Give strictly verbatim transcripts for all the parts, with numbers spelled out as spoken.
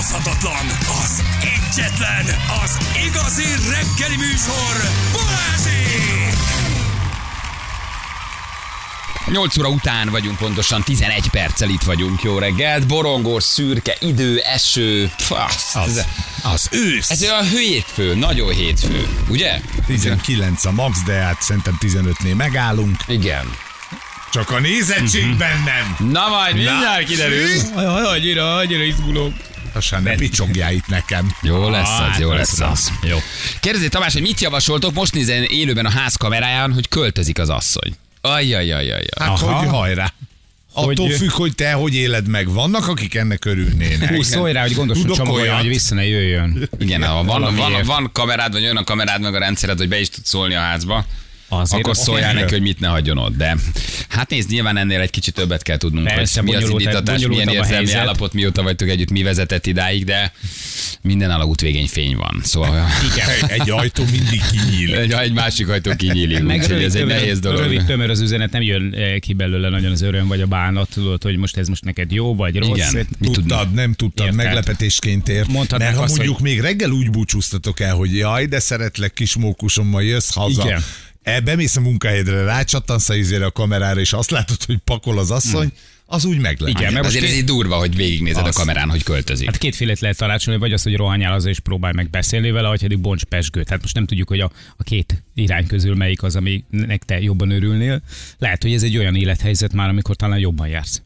utánozhatatlan, az egyetlen, az igazi reggeli műsor, Balázsék! nyolc óra után vagyunk pontosan, tizenegy perccel itt vagyunk. Jó reggelt, borongós, szürke, idő, eső. Fasz, Az, ez, az ősz. ez olyan hétfő, nagyon hétfő, ugye? tizenkilenc a max, de hát szerintem tizenötnél megállunk. Igen. Csak a nézettségben nem. Na majd mindjárt kiderül. Annyira, annyira izgulok. Lassan ne picsogjál itt nekem. Jó lesz az, jó lesz az. Jó. Kérdezi Tamás, hogy mit javasoltok? Most nézzen élőben a ház kameráján, hogy költözik az asszony. Ajjajajajaj. Hát Aha. hogy hajrá. Attól Hogy- függ, hogy te hogy éled meg. Vannak, akik ennek örülnének. Hú, szólj rá, hogy gondosan Tudok csomagolja, olyat. hogy vissza ne jöjjön. Igen, ha van, van, Valamiért. van kamerád, vagy olyan a kamerád, meg a rendszered, hogy be is tudsz szólni a házba, Azért akkor az szóljál oké. neki, hogy mit ne hagyjon ott. De hát nézd, nyilván ennél egy kicsit többet kell tudnunk, Persze, hogy mi az bonyolult- indítatás, milyen bonyolultabb a érzelmi helyzet. állapot, mióta vagytok együtt, mi vezetett idáig, de minden alagút végén fény van. Szóval Igen. Egy ajtó mindig kinyíl. egy, egy másik ajtó kinyílik, Meg úgyhogy rövid, ez egy tömör, nehéz dolog. rövid tömör az üzenet, nem jön eh, ki belőle nagyon az öröm vagy a bánat, tudod, hogy most ez most neked jó vagy rossz. Igen. Szét- Mit Tudtad, tudnak? nem tudtad, Érted. meglepetésként ért. Mondhatnák Mert ha azt, mondjuk hogy- még reggel úgy búcsúztatok el, hogy jaj, de szeretlek kis mókusom, majd jössz haza. Igen. E, bemész a munkahelyedre, rácsattansz a izére a kamerára, és azt látod, hogy pakol az asszony, az úgy meglep. Igen, mert most Azért ez két- így durva, hogy végignézed a Az. kamerán, hogy költözik. Hát kétfélét lehet tanácsolni, vagy az, hogy rohanjál haza és próbálj meg beszélni vele, vagy pedig bonts pesgőt. Hát most nem tudjuk, hogy a, a két irány közül melyik az, aminek te jobban örülnél. Lehet, hogy ez egy olyan élethelyzet már, amikor talán jobban jársz.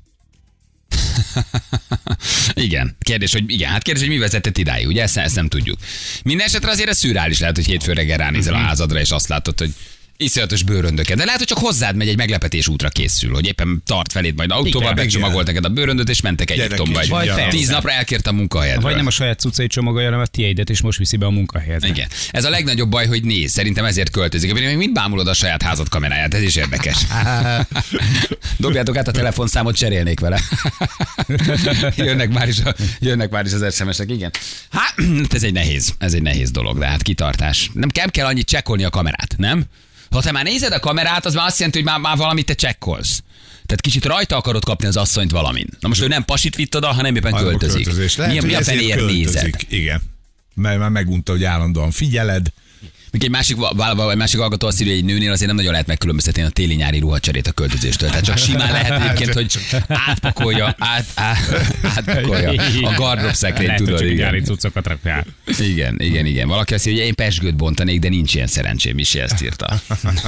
Igen. Kérdés, hogy igen, hát kérdés, hogy mi vezetett idáig, ugye? Ezt, ezt nem tudjuk. Minden esetre azért ez szürreális lehet, hogy hétfő reggel ránézel a házadra, és azt látod, hogy iszonyatos bőröndöket. De lehet, hogy csak hozzád megy egy meglepetés útra készül, hogy éppen tart feléd majd autóval, Igen, becsomagolt neked a bőröndöt, és mentek Egyiptomba. kicsit Vagy gyarapodj. tíz napra elkért a munkahelyedről. Vagy nem a saját cuccait csomagolja, hanem a tiédet, és most viszi be a munkahelyedre. Igen. Ez a legnagyobb baj, hogy néz. Szerintem ezért költözik. Még mind bámulod a saját házad kameráját, ez is érdekes. Dobjátok át a telefonszámot, cserélnék vele. jönnek, már is a, jönnek már is az es em es-ek, igen. Hát, ez egy nehéz, ez egy nehéz dolog, de hát kitartás. Nem kell, kell annyit csekkolni a kamerát, nem? Ha te már nézed a kamerát, az már azt jelenti, hogy már, már valamit te csekkolsz. Tehát kicsit rajta akarod kapni az asszonyt valamin. Na most ő nem pasit vitt oda, hanem éppen Hanem a költözik. költözés. Lehet, mi, a- mi a hogy ezért fenéért költözik. nézed? Igen. Mert már megunta, hogy állandóan figyeled. Még egy másik, val- egy másik hallgató azt írja, hogy egy nőnél azért nem nagyon lehet megkülönböztetni a téli-nyári ruhacserét a költözéstől. Tehát csak simán lehet egyébként, hogy átpakolja, át, át, átpakolja a gardrób szekrényt, Lehet, hogy tudod. csak nyári Igen. cuccokat rakjál. igen, igen, igen. Valaki azt írja, hogy én pesgőt bontanék, de nincs ilyen szerencsém, is ezt írta.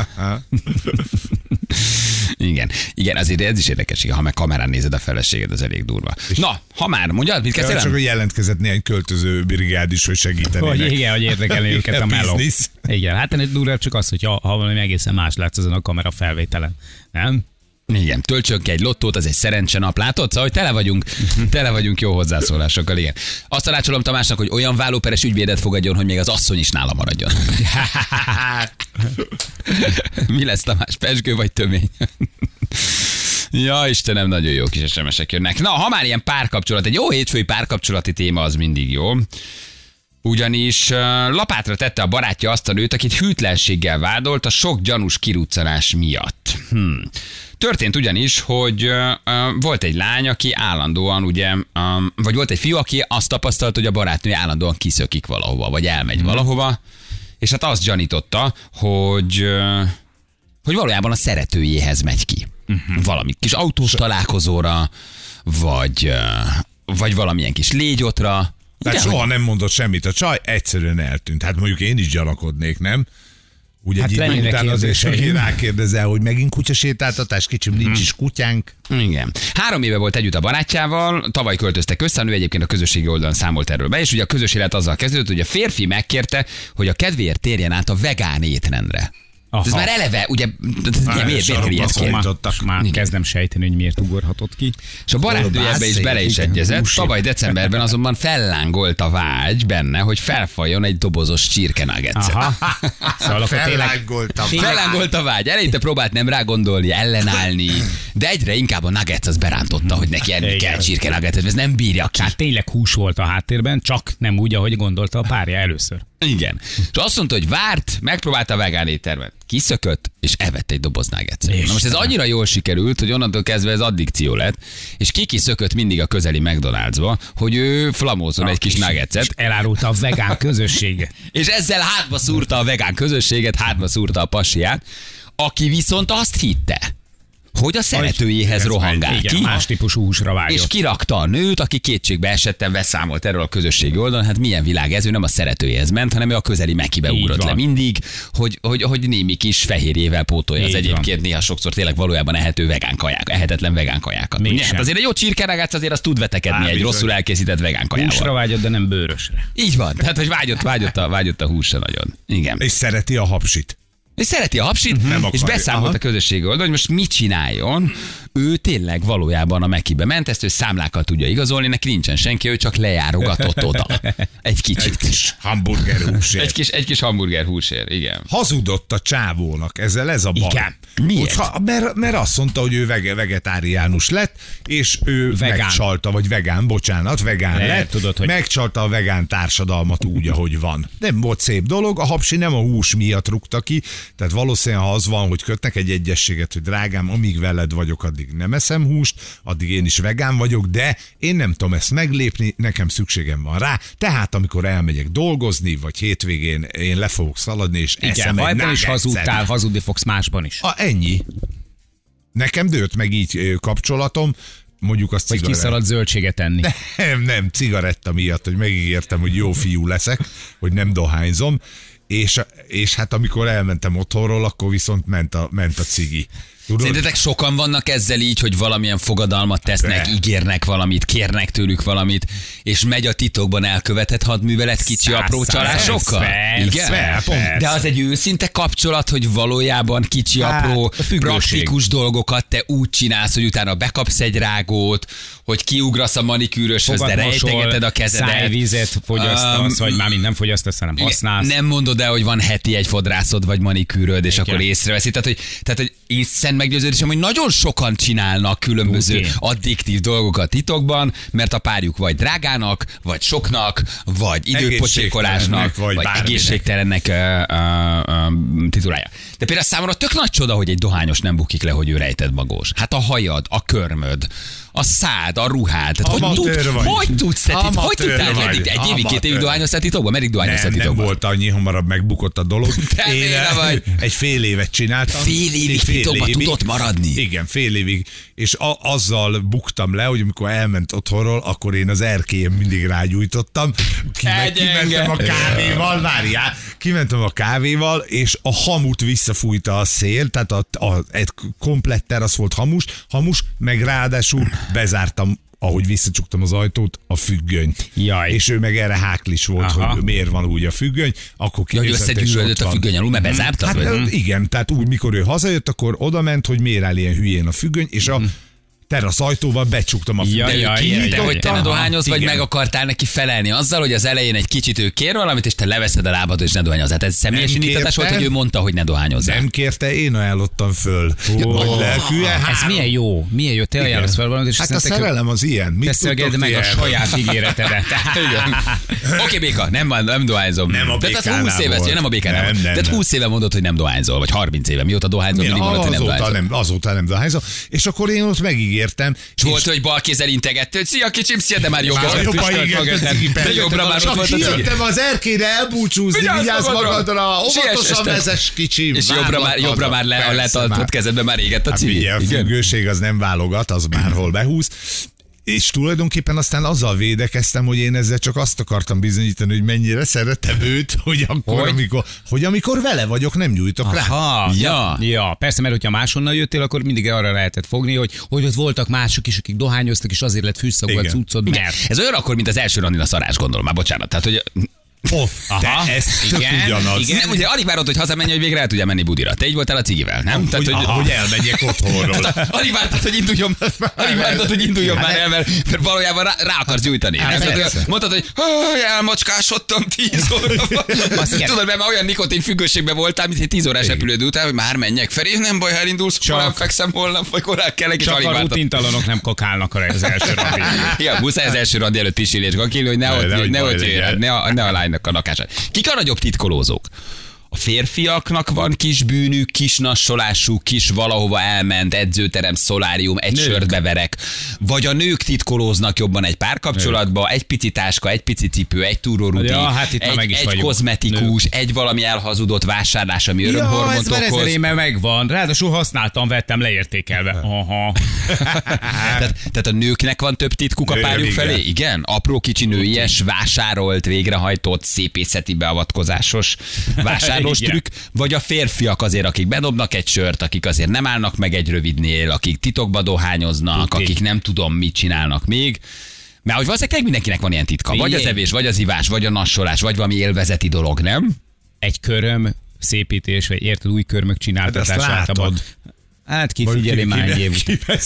Igen, igen, azért ez is érdekes, igen, ha meg kamerán nézed a feleséged, az elég durva. Na, ha már, mondjad, mit Csak, kezdtél? hogy jelentkezett néhány költöző brigád is, hogy segítenének. Hogy igen, hogy érdekelni őket a meló. Business. Igen, hát ennél durva csak az, hogy ha, ha valami egészen más látsz azon a kamera felvételen. Nem? Igen, töltsön ki egy lottót, az egy szerencsenap, látod? Szóval, hogy tele vagyunk, tele vagyunk jó hozzászólásokkal, igen. Azt tanácsolom Tamásnak, hogy olyan vállóperes ügyvédet fogadjon, hogy még az asszony is nála maradjon. Mi lesz, Tamás, pesgő vagy tömény? Ja, Istenem, nagyon jó kis es em es-ek jönnek. Na, ha már ilyen párkapcsolat, egy jó hétfői párkapcsolati téma az mindig jó. Ugyanis uh, lapátra tette a barátja azt a nőt, akit hűtlenséggel vádolt a sok gyanús kiruccanás miatt. Hmm. Történt ugyanis, hogy uh, uh, volt egy lány, aki állandóan, ugye, um, vagy volt egy fiú, aki azt tapasztalt, hogy a barátnője állandóan kiszökik valahova, vagy elmegy hmm. valahova, és hát azt gyanította, hogy, uh, hogy valójában a szeretőjéhez megy ki. Uh-huh. Valami kis autós találkozóra, vagy, uh, vagy valamilyen kis légyotra. Tehát Igen, soha nem mondott semmit. A csaj egyszerűen eltűnt. Hát mondjuk én is gyanakodnék, nem? Ugye Hát egy idő lennének után azért érzéseim. senki rákérdezel, hogy megint kutyasétáltatás, kicsim, nincs is kutyánk. Igen. Három éve volt együtt a barátjával, tavaly költöztek össze, a nő egyébként a közösségi oldalon számolt erről be, és ugye a közös élet azzal kezdődött, hogy a férfi megkérte, hogy a kedvéért térjen át a vegán étrendre. Aha. Ez már eleve, ugye, ugye miért, miért kell ilyet sarokba kérni? szorítottak. Már Igen. kezdem sejteni, hogy miért ugorhatott ki. És a barátnője ebbe is bele is egyezett, tavaly decemberben azonban fellángolt a vágy benne, hogy felfaljon egy dobozos csirkenuggetset. Aha. Szóval akkor tényleg, Fellángoltam. Fellángolt a vágy. Eleinte próbált nem rá gondolni, ellenállni, de egyre inkább a nuggets az berántotta, hogy neki enni Igen. kell csirkenuggetset, ez nem bírja ki. hát tényleg hús volt a háttérben, csak nem úgy, ahogy gondolta a párja először. Igen. És azt mondta, hogy várt, megpróbálta a vegán éttermet. Kiszökött, és evett egy doboz nuggetset. Na most ez annyira jól sikerült, hogy onnantól kezdve ez addikció lett, és Kiki szökött mindig a közeli McDonald'sba, hogy ő flamózon egy kis nuggetset. És elárulta a vegán közösséget. És ezzel hátba szúrta a vegán közösséget, hátba szúrta a pasiát, aki viszont azt hitte, hogy a szeretőjéhez rohangál Igen, ki, más típusú húsra vágyott. és kirakta a nőt, aki kétségbe esetten beszámolt erről a közösségi oldalon. Hát milyen világ ez, ő nem a szeretőjéhez ment, hanem ő a közeli Mekibe Így ugrott van. le mindig, hogy, hogy, hogy némi kis fehérjével pótolja az Így egyébként van. néha sokszor tényleg valójában ehető vegán kaják, ehetetlen vegán kajákat. Ugye? Mégsem. Hát azért egy jó csirkenagátsz azért az tud vetekedni Á, egy bizony. rosszul elkészített vegán kajával. Húsra vágyott, de nem bőrösre. Így van, tehát hogy vágyott, vágyott, a, vágyott a húsra nagyon. Igen. És szereti a hapsit. És szereti a hapsit, Nem és akarja. beszámolt Aha. a közösségi oldal, hogy most mit csináljon. Ő tényleg valójában a Mekibe ment, ezt ő számlákkal tudja igazolni, neki nincsen senki, ő csak lejárogatott oda. Egy kicsit. Egy kis hamburger húsért. Egy kis, egy kis hamburger húsér, igen. Hazudott a csávónak, ezzel ez a baj. Igen. Miért? Hogyha, mert, mert azt mondta, hogy ő vege, vegetáriánus lett, és ő Vegán. megcsalta, vagy vegán, bocsánat, vegán Lehet, lett, tudod, hogy- megcsalta a vegán társadalmat úgy, ahogy van. Nem volt szép dolog, a hapsi nem a hús miatt rúgta ki, tehát valószínűleg, ha az van, hogy kötnek egy egyességet, hogy drágám, amíg veled vagyok, addig nem eszem húst, addig én is vegán vagyok, de én nem tudom ezt meglépni, nekem szükségem van rá, tehát amikor elmegyek dolgozni, vagy hétvégén én le fogok szaladni, és Igen, eszem ha egy ebben is nuggetset. hazudtál, hazudni fogsz másban is. A, ennyi. Nekem dőlt meg így ö, kapcsolatom, mondjuk azt Vagy cigaretta. kiszalad zöldséget enni. Nem, nem, cigaretta miatt, hogy megígértem, hogy jó fiú leszek, hogy nem dohányzom, és, és hát amikor elmentem otthonról, akkor viszont ment a, ment a cigi. Tudod? Szerintetek sokan vannak ezzel így, hogy valamilyen fogadalmat tesznek, Be. ígérnek valamit, kérnek tőlük valamit, és megy a titokban elkövetett hadművelet kicsi Száz apró százalék. csalásokkal? Persze, Igen? persze. De az egy őszinte kapcsolat, hogy valójában kicsi Hát, apró a függőség. praktikus dolgokat te úgy csinálsz, hogy utána bekapsz egy rágót, hogy kiugrasz a manikűröshöz, de Fogad mosol, rejtegeted a kezedet. szájvízet fogyasztasz, Um, vagy már mind nem fogyasztasz, hanem Igen, használsz. nem mondod el, hogy van heti egy fodrászod vagy manikűröd, és Igen. akkor észreveszi. Tehát, hogy, tehát, hogy én szent meggyőződésem, hogy nagyon sokan csinálnak különböző Tuti. addiktív dolgokat titokban, mert a párjuk vagy drágának, vagy soknak, vagy időpocsékolásnak, vagy vagy, vagy bárminek. egészségtelennek uh, uh, uh, titulálja. De például számomra tök nagy csoda, hogy egy dohányos nem bukik le, hogy ő rejtett magós. Hát a hajad, a körmöd, a szád, a ruhád. Tehát hogy, Amatőr tud, vagy. hogy tudsz te tit- hogy Amatőr tudtál vagy. eddig? Egy évig, két évig Amatőr. dohányoztál titokban? Meddig dohányoztál Nem, nem titokban? volt annyi, hamarabb megbukott a dolog. Te Én béna vagy. egy fél évet csináltam. Fél évig titokban tudott maradni? Igen, fél évig. És a, azzal buktam le, hogy amikor elment otthonról, akkor én az erkélyen mindig rágyújtottam. Kime, Gyenge. kimentem a kávéval, várjál, kimentem a kávéval, és a hamut visszafújta a szél, tehát a, a, egy komplett terasz volt hamus, hamus, meg ráadásul bezártam, ahogy visszacsuktam az ajtót, a függöny. Jaj. És ő meg erre háklis volt, Aha. hogy miért van úgy a függöny, akkor Ja, hogy kinézett, és összegyűrődött ott a van. függöny alul, mert bezártad? Hát vagy? ö, igen, tehát úgy, mikor ő hazajött, akkor oda ment, hogy miért áll ilyen hülyén a függöny, és a terasz ajtóval becsuktam a Ja, függönyt. De, ja, ő ja, ki, de ja, hogy ja. te ne Aha, dohányoz, vagy igen. meg akartál neki felelni azzal, hogy az elején egy kicsit ő kér valamit, és te leveszed a lábad, és ne dohányoz. Hát ez személyes Nem indítatás kérte. volt, hogy ő mondta, hogy ne dohányozzál. Nem kérte, én ajánlottam föl. Vagy lelkűen, Ez három. milyen jó, milyen jó, te ajánlasz fel valamit, és Hát a aztán te szerelem az ilyen. Mit Beszélgedd tudtok meg ti a erről? saját ígéretedet. Oké, béka, nem, nem dohányzom. Nem a de az békánál húsz éves, volt. ja, nem a békánál. Nem, volt. nem, Tehát nem. húsz éve mondod, hogy nem dohányzol, vagy harminc éve. Mióta dohányzol, Én mindig mondod, hogy nem azóta dohányzol. nem, azóta nem dohányzom. És akkor én ott megígértem. És volt, hogy bal kézzel integettél, hogy szia kicsim, szia, de már jobbra. Már jobban Füstölt igen, magad. ez így De jobbra már ott Csak volt a cigi. kijöttem az erkére elbúcsúzni, Vigyázz vigyázz magadra. magadra, Siess, óvatosan este. vezess kicsim. És jobbra már, jobbra már le, a Persze, letartott már. kezedben már égett a Hát cigi. figyelj, a Igen? függőség az nem válogat, az bárhol behúz. És tulajdonképpen aztán azzal védekeztem, hogy én ezzel csak azt akartam bizonyítani, hogy mennyire szeretem őt, hogy akkor, Hogy? amikor, hogy amikor vele vagyok, nem nyújtok rá. Ha, Ja. ja, persze, mert hogyha máshonnan jöttél, akkor mindig arra lehetett fogni, hogy, hogy ott voltak mások is, akik dohányoztak, és azért lett fűszagú a Igen. cuccod, Igen. mert... Ez olyan akkor, mint az első randin a szarás, gondolom. Már bocsánat. Tehát, hogy Oh, Aha, de ez tök igen, ugyanaz. igen. nem, ugye alig várod, hogy hazamenj, hogy végre el tudja menni budira. Te így voltál a cigivel, nem? Hogy, hogy, hogy elmenjek otthonról. Tehát, alig vártad, hogy induljon, alig vártad, hogy induljon már el, mert, mert valójában rá, rá akarsz gyújtani. Hát Nem? Tehát, persze. mondtad, hogy "Haj, elmocskásodtam tíz óra. Tudod, mert már olyan nikotin függőségben voltál, mint egy tíz órás repülődő után, hogy már menjek felé, nem baj, ha elindulsz, korán fekszem holnap, vagy korán kellek, és Csak alig a vártad. rutintalanok nem kokálnak az első randi. Igen, muszáj az első randi előtt pisilni és gakilni, hogy Nehogy nehogy, baj nehogy legyen. jöjjön, ne a, ne a lány kormánynak a lakását. Kik a nagyobb titkolózók? A férfiaknak van kis bűnük, kis nassolásuk, kis valahova elment, edzőterem, szolárium, egy nők. Sört beverek. Vagy a nők titkolóznak jobban egy párkapcsolatba, egy pici táska, egy pici cipő, egy túróruti, ja, hát itt egy, egy kozmetikus, nők. Egy valami elhazudott vásárlás, ami örömhormont okoz. Ja, ez már ezer megvan. Ráadásul használtam, vettem leértékelve. Aha. tehát, tehát a nőknek van több titkuk a párjuk felé? Igen? Apró kicsi nőies, vásárolt, végrehajtott, szépészeti beavatkozásos vásárlás. Trükk, vagy a férfiak azért, akik bedobnak egy sört, akik azért nem állnak meg egy rövidnél, akik titokba dohányoznak, Tuti. Akik nem tudom mit csinálnak még. Mert hogy valószínűleg mindenkinek van ilyen titka. Vagy az evés, vagy az ivás, vagy a nassolás, vagy valami élvezeti dolog, nem? Egy köröm, szépítés, vagy érted, új körmök csináltatás általában. Hát kifigyeli már egy év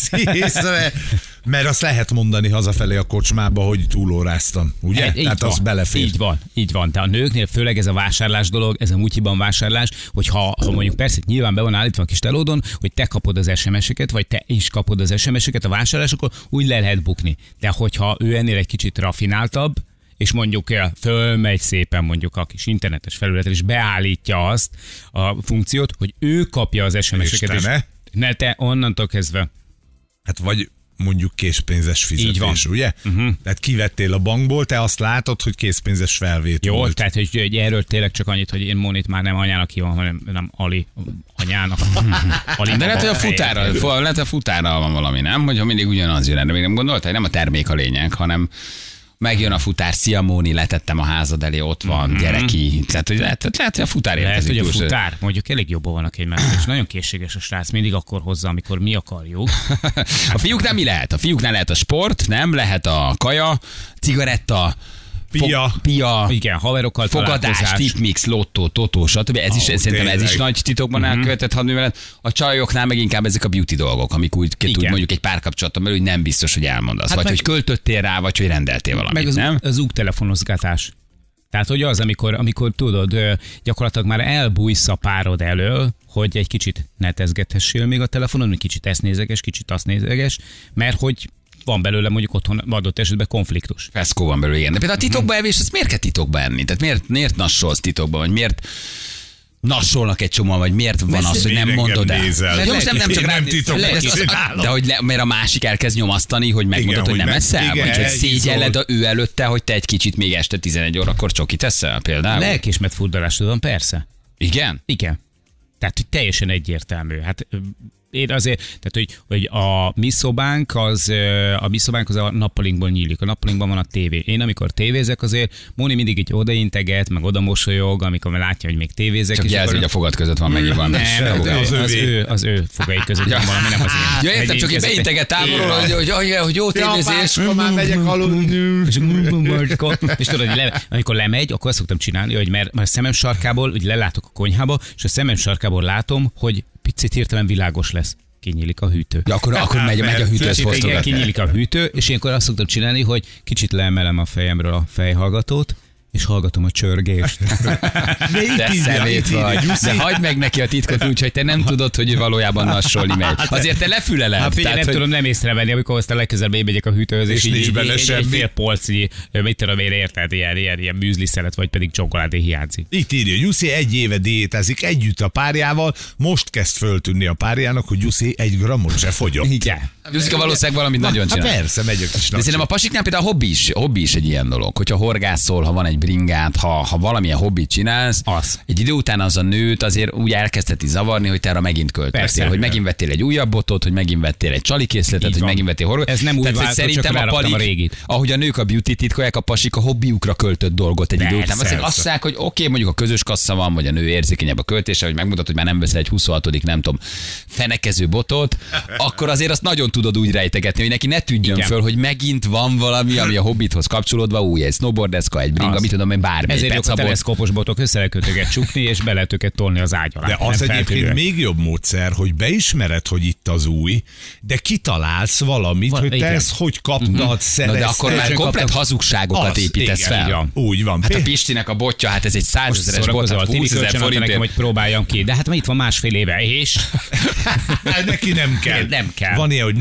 után. Mert azt lehet mondani hazafelé a kocsmába, hogy túlóráztam, ugye? Egy, Tehát az belefér. Így van, így van. Tehát a nőknél főleg ez a vásárlás dolog, ez a mutyiban vásárlás, hogy ha, ha mondjuk persze nyilván be van állítva a kis telódon, hogy te kapod az es em es-eket, vagy te is kapod az es em es-eket a vásárlásokon, úgy le lehet bukni. De hogyha ő ennél egy kicsit rafináltabb, és mondjuk fölmegy szépen mondjuk a kis internetes felületre, és beállítja azt a funkciót, hogy ő kapja az es em es-eket. És ne? ne te onnantól kezdve. Hát vagy mondjuk készpénzes fizetés, ugye? Uh-huh. Tehát kivettél a bankból, te azt látod, hogy készpénzes felvét Jó, volt. tehát hogy, hogy erről tényleg csak annyit, hogy én Mónit már nem anyának hívom, hanem nem Ali anyának. Ali de lehet, hogy a futárral, lehet, a futárral van valami, nem? Hogyha mindig ugyanaz jön, de még nem gondoltál, hogy nem a termék a lényeg, hanem megjön a futár, szia Móni, letettem a házad elé, ott van, mm-hmm. gyereki. Tehát, hogy lehet, lehet, hogy a futár érkezik. Lehet, hogy a futár, mondjuk elég jobban vannak egymásra, és nagyon készséges a srác, mindig akkor hozza, amikor mi akarjuk. A fiúknál mi lehet? A fiúknál lehet a sport, nem? Lehet a kaja, cigaretta, Pia. Fog, pia. Igen, haverokkal fogadás, tipmix, lottó, totó, stb. Ez is, oh, szerintem ez is nagy titokban mm-hmm. elkövetett hadművelet. A csajoknál meg inkább ezek a beauty dolgok, amik úgy, úgy mondjuk egy párkapcsolaton belül, hogy nem biztos, hogy elmondasz. Hát vagy meg, hogy költöttél rá, vagy hogy rendeltél valamit, meg az, nem? az úttelefonozgatás. Tehát, hogy az, amikor, amikor tudod, gyakorlatilag már elbújsz a párod elől, hogy egy kicsit netezgethessél még a telefonon, hogy kicsit ezt nézeges, kicsit azt nézeges, mert hogy van belőle mondjuk otthon adott esetben konfliktus. Feszkó van belőle, igen. De például a titokba evés, ezt miért kell titokba enni? Tehát miért, miért nassolsz titokba, vagy miért nassolnak egy csomóan, vagy miért van mert az, hogy nem mondod el? De most nem, nem csak nem titokba de hogy le, mert a másik elkezd nyomasztani, hogy megmondod, igen, hogy nem meg, eszel? Igen, vagy hogy szégyelled a ő előtte, hogy te egy kicsit még este tizenegy órakor csokit eszel például? Lelkismert furdalás tudom, persze. Igen? Igen. Tehát, hogy teljesen egyértelmű. Hát én azért, tehát hogy, hogy a mi szobánk az a mi szobánk az a nappalinkból nyílik. A nappalinkban van a tévé. Én amikor tévézek azért, Móni mindig így odainteget, meg oda mosolyog, amikor látja, hogy még tévézek. Csak jelzi, hogy a fogad között van megint van. Nem, az, az, ő, az ő fogai között van valami, nem az én. Ja, értem, csak így beinteget távolról, hogy, hogy, hogy, hogy jó tévézés. Ja, már megyek aludni. És tudod, hogy le, amikor lemegy, akkor azt szoktam csinálni, hogy mert a szemem sarkából, hogy lelátok a konyhába, és a szemem sarkából látom, hogy picit hirtelen világos lesz. Kinyílik a hűtő. Ja, akkor, akkor megy, megy a hűtőhöz fosztogatni. Kinyílik a hűtő, és ilyenkor azt szoktam csinálni, hogy kicsit leemelem a fejemről a fejhallgatót, és hallgatom a csörgést. De szemét vagy. De hagyd meg neki a titkot úgy, hogy te nem tudod, hogy ő valójában nassolni megy. Azért te lefüleled. Hát figyelj, nem hogy... tudom nem észrevenni, amikor aztán legközelebb én megyek a hűtőhöz, és, és így, így, így egy fél polcnyi, mit tudom én, érted, ilyen, ilyen, ilyen műzliszelet, vagy pedig csokoládé hiányzik. Itt írja, Gyuszi egy éve diétázik együtt a párjával, most kezd föltűnni a párjának, hogy Gyuszi egy grammot se fogyott. Igen. Gyuszika valószínűleg valamit na, nagyon csinál. Hát persze, megy a kis. De szerintem a pasiknál például a hobbi is, hobbi is egy ilyen dolog. Hogyha horgászol, ha van egy bringát, ha, ha valamilyen hobbit csinálsz, az. Egy idő után az a nőt azért úgy elkezdheti zavarni, hogy te arra megint költöttél, hogy megint vettél egy újabb botot, hogy megint vettél egy csalikészletet, hogy megint vettél horgászat. Ez nem úgy változott, szerintem a palik, a régit. Ahogy a nők a beauty titkolják, a pasik a hobbiukra költött dolgot egy idő után. Azt mondják, hogy oké, okay, mondjuk a közös kassa van, vagy a nő érzékenyebb a költése, hogy megmutat, hogy már nem veszel egy huszonhatodik nem tudom, fenekező botot, akkor azért azt nagyon tudod úgy rejtegetni, hogy neki ne tűnjön föl, hogy megint van valami, ami a hobbithoz kapcsolódva, új, egy snowboardeszka, egy bringa, mit tudom én, bármi. Ezért jók a teleszkópos botok, össze lehet őket csukni, és be lehet őket tolni az ágy alá. De az egyébként még jobb módszer, hogy beismered, hogy itt az új, de kitalálsz valamit, Val- hogy te ezt hogy kaptad, uh-huh. szerezted. De akkor már komplet hazugságokat az, építesz igen, fel. Van. Úgy van. Hát a Pistinek a botja, hát ez egy százezeres bot, hát húszezer forintért. Hogy próbáljam ki, de hát itt van másfél éve, és... neki nem kell. Nem kell. Van ilyen, hogy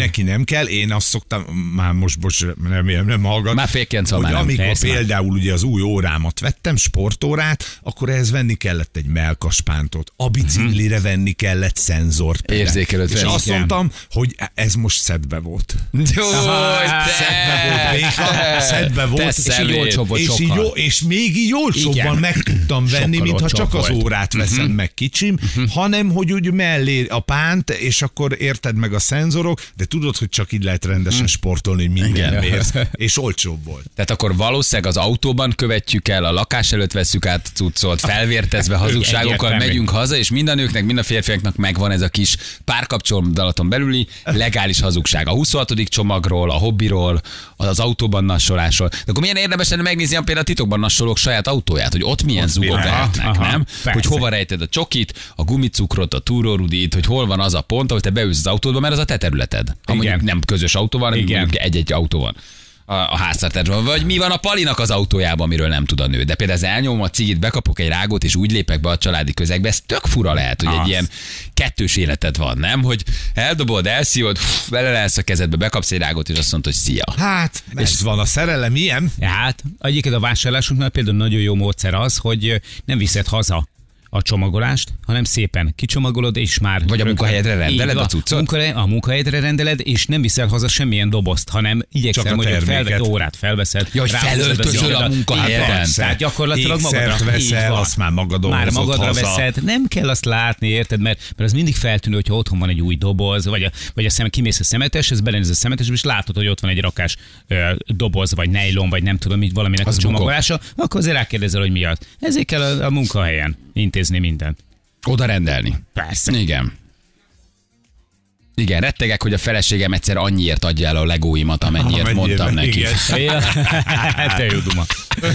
neki nem kell, én azt szoktam, már most, most nem, nem hallgat, Már fél kilenc van, hogy már nem. amikor Persze. például ugye az új órámat vettem, sportórát, akkor ehhez venni kellett egy melkaspántot, a biciklire venni kellett szenzort. Érzékelőt És venni. azt Igen. mondtam, hogy ez most szedbe volt. Jó, Szedbe volt, Béka, szedbe volt. Te És így szemét. olcsóbb volt és, így sokkal. jó, és még így olcsóbban Igen. meg tudtam venni, Sokkal mintha olcsóbb csak az volt. órát veszem meg kicsim, hanem hogy úgy mellé a pánt, és akkor érted meg a szenzorok, de tudod, hogy csak így lehet rendesen sportolni, hogy minden Igen. mérsz, és olcsóbb volt. Tehát akkor valószínűleg az autóban követjük el, a lakás előtt vesszük át cuccot, felvértezve hazugságokkal Egyértelmű. megyünk haza, és mind a nőknek, mind a férfiaknak megvan ez a kis párkapcsolaton belüli legális hazugság. A huszonhatodik csomagról, a hobbiról, az autóban nassolásról. De akkor milyen érdemes lenne megnézni a például a titokban nassolók saját autóját, hogy ott milyen zugok bizony. lehetnek, Aha, nem? persze. Hogy hova rejted a csokit, a gumicukrot, a túrórudit, hogy hol van az a pont, ahol te beülsz az autódba, mert az a te területed. Ha Igen. mondjuk nem közös autó van, hanem Igen. mondjuk egy-egy autó van a, a háztartásban. Vagy mi van a Palinak az autójában, amiről nem tud a nő. De például az elnyomom a cigit, bekapok egy rágót, és úgy lépek be a családi közegbe, ez tök fura lehet, hogy egy Az. ilyen kettős életed van, nem? Hogy eldobod, elszívod, pff, belelelsz a kezedbe, bekapsz egy rágót, és azt mondod, hogy szia. Hát, ez van a szerelem ilyen. Hát, egyébként a vásárlásunknál például nagyon jó módszer az, hogy nem viszed haza a csomagolást, hanem szépen kicsomagolod, és már... Vagy a munkahelyedre rendeled Így van. a cuccot? Munkahely, a munkahelyedre rendeled, és nem viszel haza semmilyen dobozt, hanem Csak igyekszel a mondjuk terméket. felvett órát felveszed. Ja, hogy ráhúzod az felöltözöl a ilyetet. munkahelyeden. Így van. Tehát gyakorlatilag Ékszert magadra. veszel, Így van. azt már magadon Már hozod magadra haza. veszed, nem kell azt látni, érted, mert, mert az mindig feltűnő, hogyha otthon van egy új doboz, vagy a, vagy a szem, kimész a szemeteshez, belenéz a szemetesbe, és látod, hogy ott van egy rakás ö, doboz, vagy nejlon, vagy nem tudom, mit valaminek Az a csomagolása, akkor azért rákérdezel, hogy miatt. Ezért kell a, a munkahelyen intézni mindent. Oda rendelni. Persze. Igen. Igen, rettegek, hogy a feleségem egyszer annyiért adja el a legóimat, amennyiért Amennyiért, mondtam neki. igen. Te jó duma.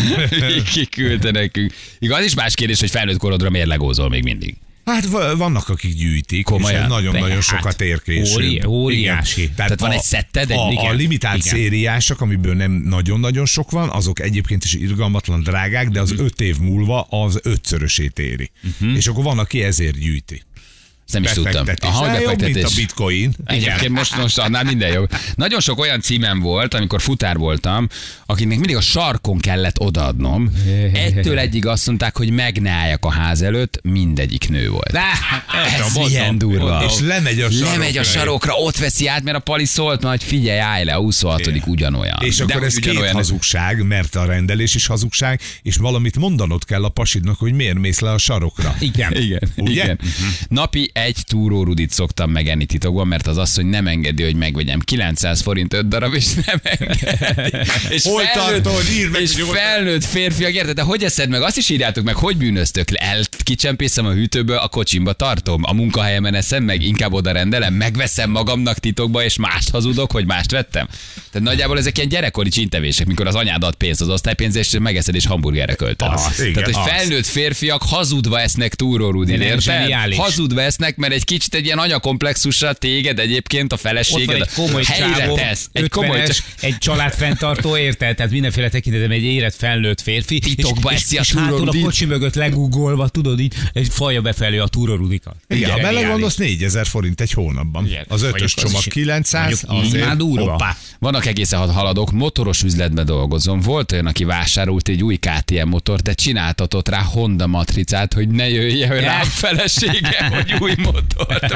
Kiküldte nekünk. Igaz, is más kérdés, hogy felnőtt korodra miért legózol még mindig. Hát va- vannak, akik gyűjtik, Komolyan? és nagyon-nagyon Hát, sokat érkésünk. óri- óriási. Igen. Tehát van egy szetted, egy- a, a igen. limitált Igen. szériások, amiből nem nagyon-nagyon sok van, azok egyébként is irgalmatlan drágák, de az öt év múlva az ötszörösét éri. És akkor van, aki ezért gyűjti. Ezt nem is tudtam. Befektetés. Aha, Hát, jobb, mint a befektetés. bitcoin. Egyébként most, most annál minden jobb. Nagyon sok olyan címem volt, amikor futár voltam, akiknek mindig a sarkon kellett odaadnom. Egytől egyig azt mondták, hogy meg ne álljak a ház előtt, mindegyik nő volt. Ez milyen durva. És lemegy a sarokra. Lemegy a sarokra, ott veszi át, mert a Pali szólt, majd figyelj, állj le, a huszonhatodik ugyanolyan. És De akkor hogy ez két ugyanolyan- hazugság, mert a rendelés is hazugság, és valamit mondanod kell a pasidnak, hogy miért mész le a sarokra. Igen. Igen, Ugye? igen. Napi egy túrórudit szoktam megenni titokban, mert az asszony nem engedi, hogy megvegyem. kilencszáz forint öt darab, és nem engedi. És Hol tartod? Írd meg, és hogy hol felnőtt férfiak, érted? De hogy eszed meg? Azt is írjátok meg, hogy bűnöztök le. Elkicsempészem a hűtőből, a kocsimba tartom, a munkahelyemen eszem meg, inkább oda rendelem, megveszem magamnak titokba, és mást hazudok, hogy mást vettem. Tehát nagyjából ezek ilyen gyerekkori csintevések, mikor az anyád ad pénzt az osztálypénzt, és megeszed, és hamburgerre költesz. Az, igen, Tehát, hogy az. felnőtt férfiak hazudva esznek túrórudit, De nem érted? zseniális. Hazudva esznek, mert egy kicsit egy ilyen anyakomplexussal téged egyébként a Ott van feleséged egy komoly helyre csávó, tesz. Egy komoly ötvenes, egy családfenntartó, érted? Tehát mindenféle tekintetben egy érett felnőtt férfi. Titokba és, eszi a és, és hátul a túrórudit. kocsi mögött legugolva, tudod így, egy falja befelé a túrorudikat. Igen, ha Zseniális. belegondolsz, négyezer forint egy hónapban. Igen. Az ötös Mondjuk az csomag is- kilencszáz, mondjuk így azért már durva. hoppá. Vannak egészen hat haladók, motoros üzletben dolgozom. Volt olyan, aki vásárolt egy új ká té em motort, de csináltatott rá Honda matricát, hogy ne jöjjön rám felesége, hogy új motort.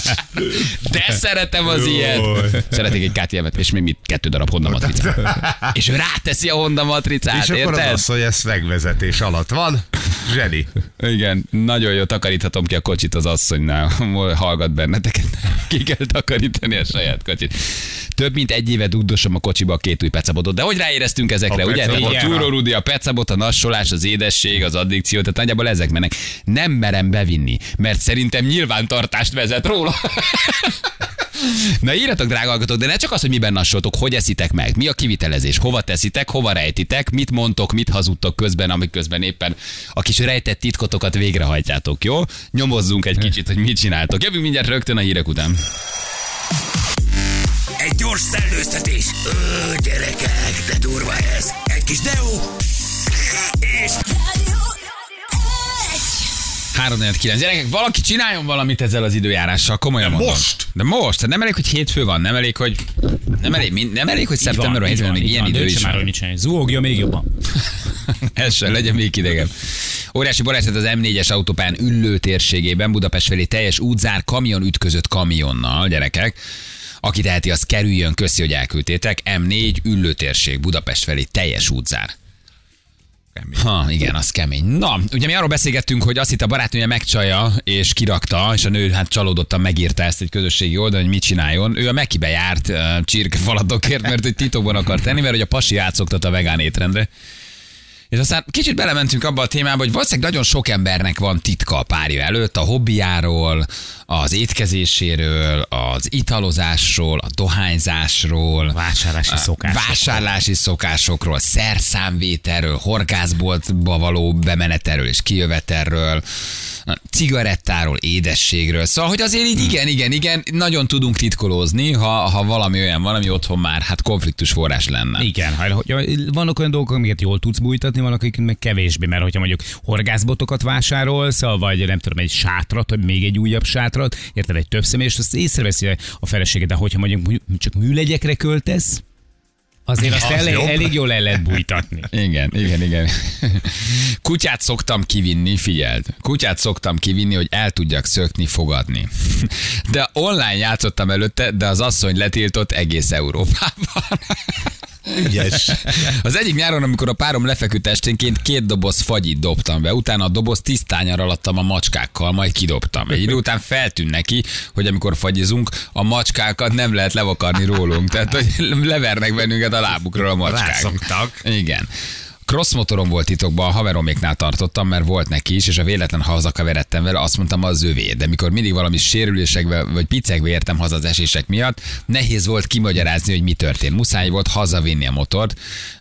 De szeretem az Jaj. ilyet. Szeretnék egy ká té emet, és még mit? Kettő darab Honda matricát. És ő ráteszi a Honda matricát, És akkor az érted? az, hogy ez megvezetés alatt van. Zseni. Igen, nagyon jó, takaríthatom ki a kocsit az asszonynál. Hallgat benneteket, ki kell takarítani a saját kocsit. Több mint egy éve dugdosom a kocsiba a két új pecabotot. De hogy ráéreztünk ezekre, A ugye? pecabot, A igen. túrórudi, a pecabot, a nassolás, az édesség, az addikció, tehát nagyjából ezek mennek. Nem merem bevinni, mert szerintem nyilvántartást vezet róla. Na írjatok, drága hallgatók, de ne csak az, hogy miben nassoltok, hogy eszitek meg, mi a kivitelezés, hova teszitek, hova rejtitek, mit mondtok, mit hazudtok közben, amik közben éppen a kis rejtett titkotokat végrehajtjátok, jó? Nyomozzunk egy kicsit, hogy mit csináltok. Jövünk mindjárt rögtön a hírek után. Egy gyors szellőztetés. Ö, gyerekek, de durva ez. Egy kis Deo. És három negyvenkilenc. Gyerekek, valaki csináljon valamit ezzel az időjárással, komolyan mondom. Most! De most, nem elég, hogy hétfő van, nem elég, hogy nem elég, nem elég, hogy szeptember a hétfőn, még ilyen idő is már, van. hogy mit csinálni. Zúgja még jobban. Ez sem legyen még idegen. Óriási baleset az em négyes autópályán Üllő térségében, Budapest felé teljes útzár, kamion ütközött kamionnal, gyerekek. Aki teheti, az kerüljön, köszi, hogy elküldtétek. em négy Üllő térség, Budapest felé teljes útzár. Kemény. Ha, igen, az kemény. Na, ugye mi arról beszélgettünk, hogy azt itt a barátnője megcsalja, és kirakta, és a nő hát csalódottan megírta ezt egy közösségi oldalon, hogy mit csináljon. Ő a Mekibe járt uh, csirkefalatokért, mert hogy titokban akar tenni, mert hogy a pasi átszoktat a vegán étrendre. És aztán kicsit belementünk abba a témába, hogy valószínűleg nagyon sok embernek van titka a párja előtt, a hobbiáról, az étkezéséről, az italozásról, a dohányzásról, Vásárlási szokásokról. vásárlási szokásokról, szerszámvételről, horgászboltba való bemenetelről és kijövetelről, cigarettáról, édességről. Szóval, hogy azért így igen, igen, igen, nagyon tudunk titkolózni, ha, ha valami olyan van, ami otthon már hát konfliktus forrás lenne. Igen, ha, vannak olyan dolgok, amiket jól tudsz bújtatni, vannak, akik meg kevésbé, mert hogyha mondjuk horgászbotokat vásárolsz, vagy nem tudom, egy sátrat, vagy még egy újabb sátrat, érted, egy több személy, és azt észreveszi a feleséged, de hogyha mondjuk csak műlegyekre költesz, azért azt Az elég, jobb. elég jól el lehet bújtatni. Igen, igen, igen. Kutyát szoktam kivinni, figyeld. Kutyát szoktam kivinni, hogy el tudjak szökni, fogadni. De online játszottam előtte, de az asszony letiltott egész Európában. Ügyes. Az egyik nyáron, amikor a párom lefeküdt esténként, két doboz fagyit dobtam be, utána a doboz tisztányarral adtam a macskákkal, majd kidobtam. Egy idő után feltűnt neki, hogy amikor fagyizunk, a macskákat nem lehet levakarni rólunk, tehát hogy levernek bennünket a lábukról a macskák. Rászoktak. Igen. Crossmotorom volt titokban, a haveroméknál tartottam, mert volt neki is, és a véletlen hazakaveredtem vele, azt mondtam, az övé. De mikor mindig valami sérülésekbe vagy picekbe értem haza az esések miatt, nehéz volt kimagyarázni, hogy mi történt. Muszáj volt hazavinni a motort.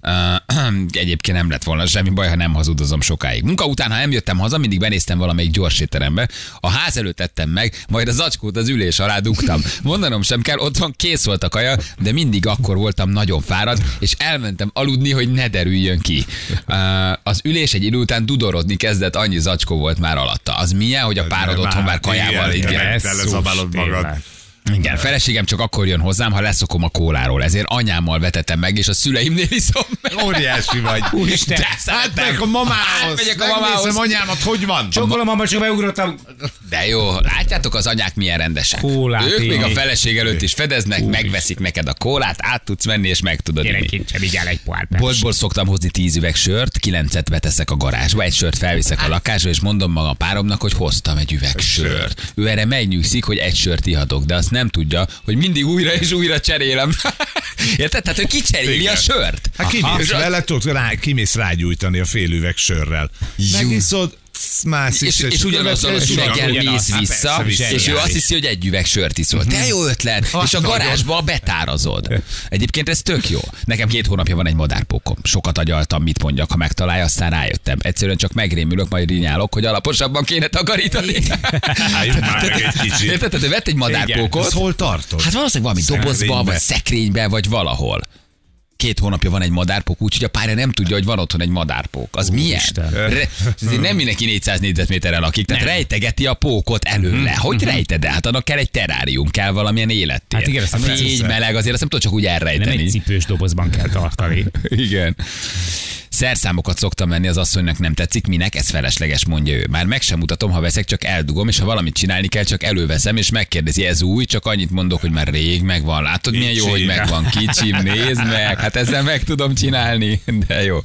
Uh, egyébként nem lett volna semmi baj, ha nem hazudozom sokáig. Munka után, ha nem jöttem haza, mindig benéztem valamelyik gyors étterembe. A ház előtt tettem meg, majd az zacskót az ülés alá dugtam. Mondanom sem kell, otthon kész volt a kaja, de mindig akkor voltam nagyon fáradt, és elmentem aludni, hogy ne derüljön ki. Uh, az ülés egy idő után dudorodni kezdett, annyi zacskó volt már alatta. Az milyen, hogy a párod otthon már kajával igen, igen. igen, telezabálod magad. Igen, feleségem csak akkor jön hozzám, ha leszokom a kóláról. Ezért anyámmal vetettem meg, és a szüleimnél iszom meg. Óriási vagy. Úristen, Hát meg a mamához. Megyek a mamához. Megnézem anyámat, hogy van? Csókolom, mama, csak beugrottam. De jó, látjátok az anyák milyen rendesek. Kólát Ők még inni. a feleség előtt is fedeznek, Úr megveszik neked a kólát, át tudsz menni, és meg tudod inni. Gyerekként vigyál egy pohár. Boltból szoktam hozni tíz üveg sört, kilencet beteszek a garázsba, egy sört felviszek a lakásra, és mondom maga a páromnak, hogy hoztam egy üveg sört. Ő erre megnyugszik, hogy egy sört ihatok, de azt nem tudja, hogy mindig újra és újra cserélem. Érted? Tehát ő kicseréli Igen. a sört. Hát kimész Aha. vele, tudod, rá, kimész rágyújtani a fél üveg sörrel. Megiszod, mász És, és ugyanazzal a üveggel mész Hát vissza, persze, és ő zseniális. azt hiszi, hogy egy üveg sört iszol. De jó ötlet! És a garázsba betárazod. Egyébként ez tök jó. Nekem két hónapja van egy madárpókom. Sokat agyaltam, mit mondjak, ha megtalálja, aztán rájöttem. Egyszerűen csak megrémülök, majd rinyálok, hogy alaposabban kéne takarítani. Álljunk már meg egy kicsit. Érted? Tehát ő vett egy madárpókot. Ez hol tartod? Hát valószínűleg valami dobozba, Szekrénybe. vagy szekrénybe, vagy valahol. Két hónapja van egy madárpók, úgyhogy a párja nem tudja, hogy van otthon egy madárpók. Az milyen? Re, azért nem mindenki négyszáz négyzetméterrel lakik, tehát rejtegeti a pókot előle. Hogy rejted el? Hát annak kell egy terárium, kell valamilyen élettér. Hát igen, azt nem Fény, persze. meleg, azért azt nem tudod csak úgy Nem elrejteni. egy cipős dobozban kell tartani. Igen. Szerszámokat szoktam venni, az asszonynak nem tetszik, minek, ez felesleges, mondja ő. Már meg sem mutatom, ha veszek, csak eldugom, és ha valamit csinálni kell, csak előveszem, és megkérdezi, ez új, csak annyit mondok, hogy már rég megvan. Látod, milyen jó, hogy Kicsi. megvan, kicsim, nézd meg, hát ezzel meg tudom csinálni, de jó.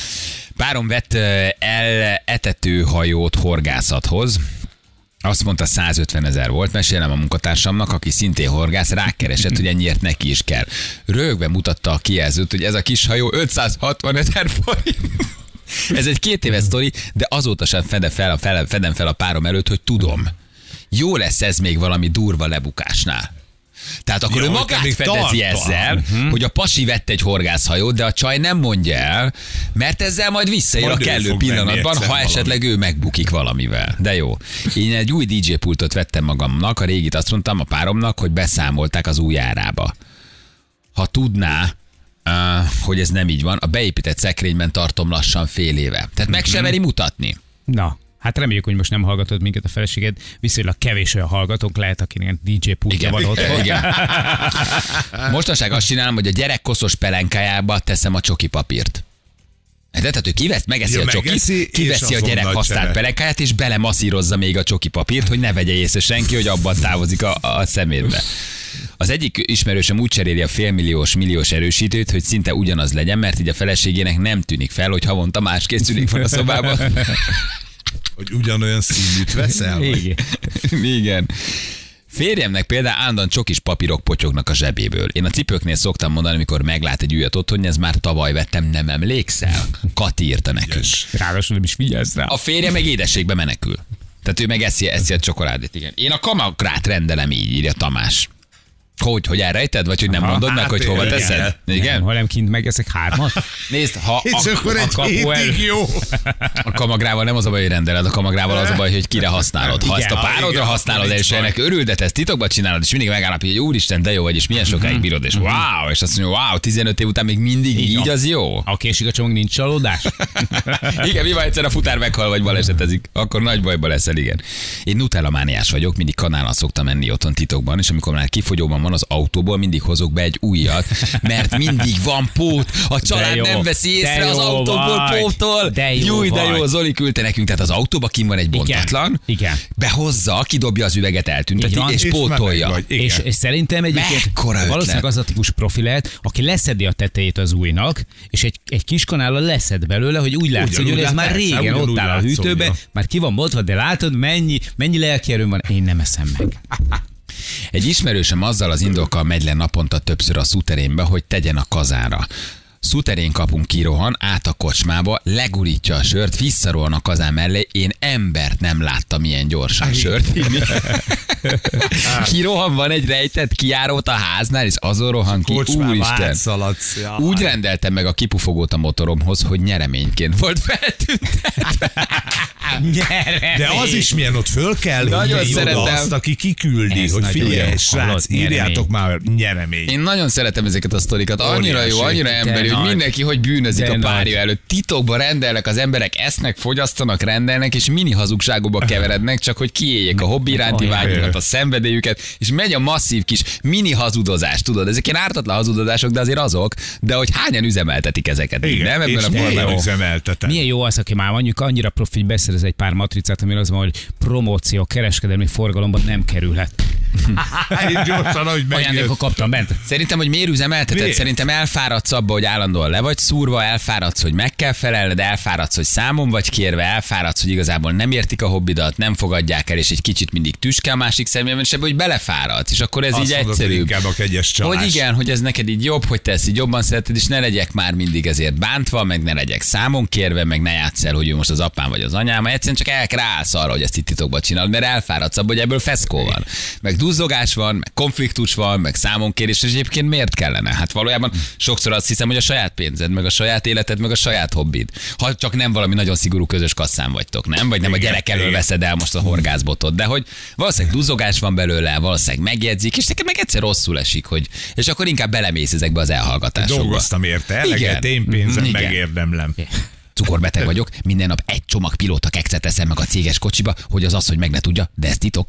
Párom vett ö, el etetőhajót horgászathoz. Azt mondta, százötven ezer volt, mesélem a munkatársamnak, aki szintén horgász, rákeresett, hogy ennyiért neki is kell. Rögve mutatta a kijelzőt, hogy ez a kis hajó ötszázhatvan ezer forint. Ez egy két éves sztori, de azóta sem fede fel, fel, fedem fel a párom előtt, hogy tudom. Jó lesz ez még valami durva lebukásnál. Tehát akkor Jó, ő hogy magát még fedezi tartom. ezzel, uh-huh. hogy a pasi vett egy horgászhajót, de a csaj nem mondja el, mert ezzel majd visszaér Majd a ő kellő fog venni pillanatban, egyszer ha valami. esetleg ő megbukik valamivel. De jó. Én egy új dé dzsé pultot vettem magamnak, a régit azt mondtam a páromnak, hogy beszámolták az új árába. Ha tudná, uh, hogy ez nem így van, a beépített szekrényben tartom lassan fél éve. Tehát meg se veri mutatni. Na. Hát reméljük, hogy most nem hallgatod minket a feleséged. Viszonylag kevés olyan hallgatók, lehet, akinek dé dzsé pultja van otthon. Igen. Mostanság azt csinálom, hogy a gyerek koszos pelenkájába teszem a csoki papírt. De tehát ő kivesz, megeszi Ja, a csokit, megeszi, kiveszi és a gyerek azonnal használt csere. pelenkáját, és belemasszírozza még a csoki papírt, hogy ne vegye észre senki, hogy abban távozik a, a szemétbe. Az egyik ismerősöm úgy cseréli a félmilliós, milliós erősítőt, hogy szinte ugyanaz legyen, mert így a feleségének nem tűnik fel, hogy havonta más készülék van a szobában. Hogy ugyanolyan színűt veszel? Igen. Igen. Férjemnek például állandóan csokis papírok potyognak a zsebéből. Én a cipőknél szoktam mondani, amikor meglát egy újat otthon, hogy ez már tavaly vettem, nem emlékszel? Kati írta nekünk. Ráadásul nem is figyelsz rá. A férje meg édességbe menekül. Tehát ő meg eszi, eszi a csokoládét, igen. Én a kamakrát rendelem, így írja Tamás. Hogy, hogy elrejted, vagy hogy nem Aha, mondod meg, hát hogy hova igen. teszed? Igen? Nem, ha nem kint megeszek hármat? Nézd, ha És a, akkor egy kapu elő. hétig jó. a kamagrával nem az a baj, hogy rendeled, a kamagrával az a baj, hogy kire használod. Ha Igen, ezt a párodra igen, használod, akkor és nincs ennek örül, de te ezt titokban csinálod, és mindig megállapítja, hogy úristen, de jó vagy, és milyen sokáig bírod, és wow, és azt mondja, wow, tizenöt év után még mindig így, van. az jó. Ha késik a csomag, nincs csalódás? Igen, mi van, egyszer a futár meghal, vagy balesetezik, akkor nagy bajba leszel, igen. Én Nutella mániás vagyok, mindig kanállal szoktam menni otthon titokban, és amikor már kifogyóban van az autóból, mindig hozok be egy újat, mert mindig van pót, a család jó, nem veszi de észre az jó autóból vagy, pótol. de jó Júj, de jó, vagy. Zoli küldte nekünk, tehát az autóba kim van egy bontatlan, igen. behozza, kidobja az üveget, Így eltünteti, van. és És már pótolja. meg vagy. Igen. És, és szerintem egyébként Mekkora ötlet. valószínűleg az a típus profi lehet, aki leszedi a tetejét az újnak, és egy, egy kis kanállal leszed belőle, hogy úgy látszik, Ugyanúgy hogy ez lát- már persze, régen ott ugyanúgy áll a látszódja. hűtőbe, már ki van bontva, de látod, mennyi, mennyi lelkierőm van, én nem eszem meg. Egy ismerősöm azzal az indokkal megy le naponta többször a szuterénbe, hogy tegyen a kazánra. Szuterén kapunk kirohan, át a kocsmába, legurítja a sört, visszarohan a kazán mellé, én embert nem láttam ilyen gyorsan sört inni. Kirohan, van egy rejtett kijárót a háznál, és azon rohan ki, Kocsmába úristen. átszaladsz. Jaj. Úgy rendeltem meg a kipufogót a motoromhoz, hogy nyereményként volt feltüntetve. Gyere! De az is milyen, ott föl kell Nagyon hívni oda szeretem. azt, aki kiküldi, Ez hogy nagyon figyelj, jó. srác, Hallod, írjátok nyeremény. már nyeremény. Én nagyon szeretem ezeket a sztorikat. Annyira jó, Óriási. annyira emberi, De hogy nagy. mindenki hogy bűnözik De a párja nagy. előtt. Titokban rendelnek az emberek, esznek, fogyasztanak, rendelnek, és mini hazugságokba keverednek, csak hogy kiéljék a hobbi iránti Olyan. vágyukat, a szenvedélyüket, és megy a masszív kis mini hazudozás, tudod? Ezek ilyen ártatlan hazudozások, de azért azok, de hogy hányan üzemeltetik ezeket? így, Igen, nem ebben és a milyen formában. üzemelteted. Milyen jó az, aki már mondjuk annyira profi, hogy beszerez egy pár matricát, ami az van, hogy promóció, kereskedelmi forgalomban nem kerülhet. Hát, gyorsan, hogy megjött. Ajándékot kaptam bent. Szerintem, hogy miért üzemelteted? Miért? Szerintem elfáradsz abba, hogy állandóan le vagy szúrva, elfáradsz, hogy meg kell felelned, elfáradsz, hogy számon vagy kérve, elfáradsz, hogy igazából nem értik a hobbidat, nem fogadják el, és egy kicsit mindig tüske a másik szemében, és ebből, hogy belefáradsz, és akkor ez Azt így mondod, hogy egyszerűbb. inkább a kegyes csalás. Hogy igen, hogy ez neked így jobb, hogy te ezt így jobban szereted, és ne legyek már mindig ezért bántva, meg ne legyek számon kérve, meg ne játsz el, hogy ő most az apám vagy az anyám, egyszerűen csak el ráállsz arra, hogy ezt itt titokban csinálod, mert elfáradsz abba, hogy ebből feszkó van. Meg duzzogás van, meg konfliktus van, meg számonkérés, és egyébként miért kellene? Hát valójában sokszor azt hiszem, hogy a saját pénzed, meg a saját életed, meg a saját hobbid. Ha csak nem valami nagyon szigorú közös kasszán vagytok, nem? Vagy nem Igen, a gyerek elől igen. veszed el most a horgászbotot, de hogy valószínűleg duzzogás van belőle, valószínűleg megjegyzik, és neked meg egyszer rosszul esik, hogy és akkor inkább belemész ezekbe az elhallgatásokba. Dolgoztam érte, eleget, én pénzem, Igen. megérdemlem. Cukorbeteg vagyok, minden nap egy csomag pilóta kekszet eszem meg a céges kocsiba, hogy az az, hogy meg ne tudja, de ez titok.